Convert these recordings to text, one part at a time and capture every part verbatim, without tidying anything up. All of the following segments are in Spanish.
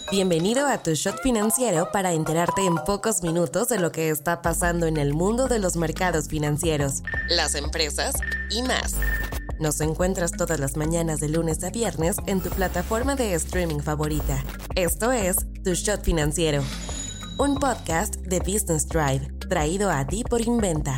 Bienvenido a Tu Shot Financiero para enterarte en pocos minutos de lo que está pasando en el mundo de los mercados financieros, las empresas y más. Nos encuentras todas las mañanas de lunes a viernes en tu plataforma de streaming favorita. Esto es Tu Shot Financiero, un podcast de Business Drive, traído a ti por Inventa.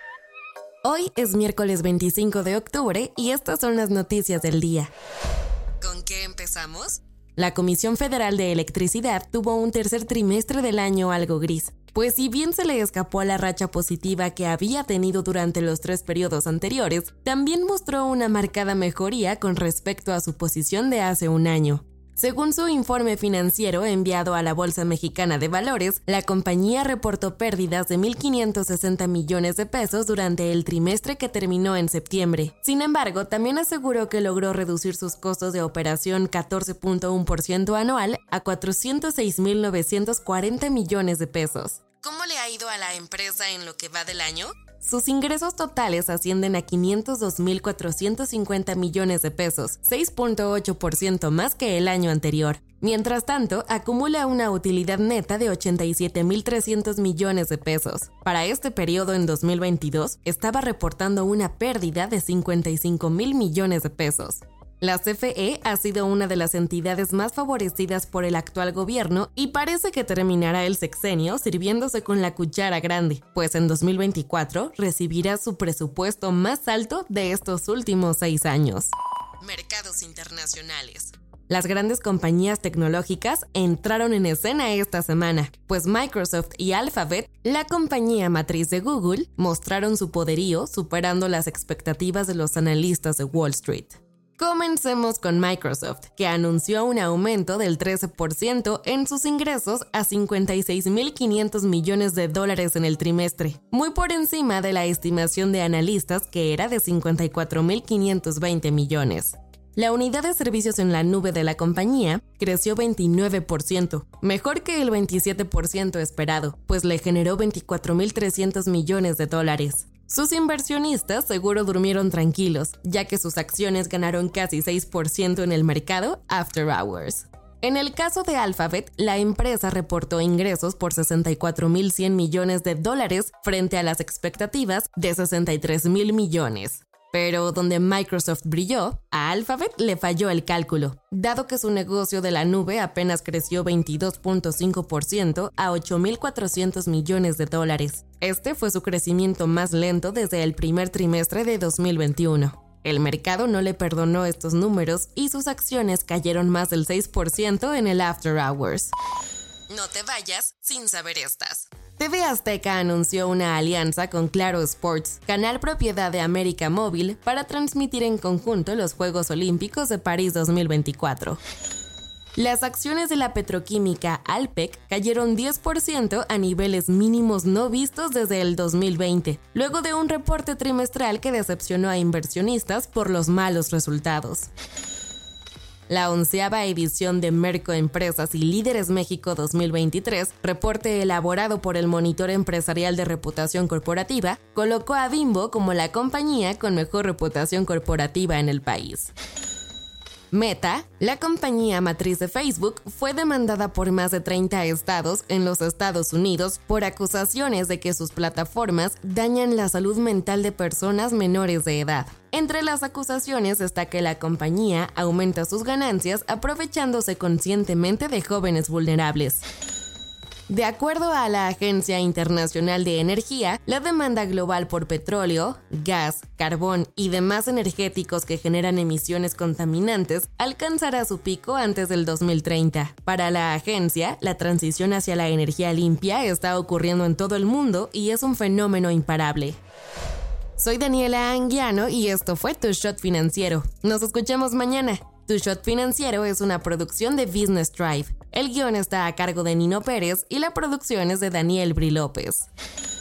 Hoy es miércoles veinticinco de octubre y estas son las noticias del día. ¿Con qué empezamos? La Comisión Federal de Electricidad tuvo un tercer trimestre del año algo gris, pues si bien se le escapó a la racha positiva que había tenido durante los tres periodos anteriores, también mostró una marcada mejoría con respecto a su posición de hace un año. Según su informe financiero enviado a la Bolsa Mexicana de Valores, la compañía reportó pérdidas de mil quinientos sesenta millones de pesos durante el trimestre que terminó en septiembre. Sin embargo, también aseguró que logró reducir sus costos de operación catorce punto uno por ciento anual a cuatrocientos seis mil novecientos cuarenta millones de pesos. ¿Cómo le ha ido a la empresa en lo que va del año? Sus ingresos totales ascienden a quinientos dos mil cuatrocientos cincuenta millones de pesos, seis punto ocho por ciento más que el año anterior. Mientras tanto, acumula una utilidad neta de ochenta y siete mil trescientos millones de pesos. Para este periodo en dos mil veintidós, estaba reportando una pérdida de cincuenta y cinco mil millones de pesos. La C F E ha sido una de las entidades más favorecidas por el actual gobierno y parece que terminará el sexenio sirviéndose con la cuchara grande, pues en dos mil veinticuatro recibirá su presupuesto más alto de estos últimos seis años. Mercados internacionales. Las grandes compañías tecnológicas entraron en escena esta semana, pues Microsoft y Alphabet, la compañía matriz de Google, mostraron su poderío superando las expectativas de los analistas de Wall Street. Comencemos con Microsoft, que anunció un aumento del trece por ciento en sus ingresos a cincuenta y seis mil quinientos millones de dólares en el trimestre, muy por encima de la estimación de analistas que era de cincuenta y cuatro mil quinientos veinte millones. La unidad de servicios en la nube de la compañía creció veintinueve por ciento, mejor que el veintisiete por ciento esperado, pues le generó veinticuatro mil trescientos millones de dólares. Sus inversionistas seguro durmieron tranquilos, ya que sus acciones ganaron casi seis por ciento en el mercado after hours. En el caso de Alphabet, la empresa reportó ingresos por sesenta y cuatro mil cien millones de dólares frente a las expectativas de sesenta y tres mil millones. Pero donde Microsoft brilló, a Alphabet le falló el cálculo, dado que su negocio de la nube apenas creció veintidós punto cinco por ciento a ocho mil cuatrocientos millones de dólares. Este fue su crecimiento más lento desde el primer trimestre de dos mil veintiuno. El mercado no le perdonó estos números y sus acciones cayeron más del seis por ciento en el after hours. No te vayas sin saber estas. T V Azteca anunció una alianza con Claro Sports, canal propiedad de América Móvil, para transmitir en conjunto los Juegos Olímpicos de París dos mil veinticuatro. Las acciones de la petroquímica Alpek cayeron diez por ciento a niveles mínimos no vistos desde el dos mil veinte, luego de un reporte trimestral que decepcionó a inversionistas por los malos resultados. La onceava edición de Merco Empresas y Líderes México dos mil veintitrés, reporte elaborado por el Monitor Empresarial de Reputación Corporativa, colocó a Bimbo como la compañía con mejor reputación corporativa en el país. Meta, la compañía matriz de Facebook, fue demandada por más de treinta estados en los Estados Unidos por acusaciones de que sus plataformas dañan la salud mental de personas menores de edad. Entre las acusaciones está que la compañía aumenta sus ganancias aprovechándose conscientemente de jóvenes vulnerables. De acuerdo a la Agencia Internacional de Energía, la demanda global por petróleo, gas, carbón y demás energéticos que generan emisiones contaminantes alcanzará su pico antes del dos mil treinta. Para la agencia, la transición hacia la energía limpia está ocurriendo en todo el mundo y es un fenómeno imparable. Soy Daniela Anguiano y esto fue Tu Shot Financiero. Nos escuchamos mañana. Tu Shot Financiero es una producción de Business Drive. El guión está a cargo de Nino Pérez y la producción es de Daniel Bri López.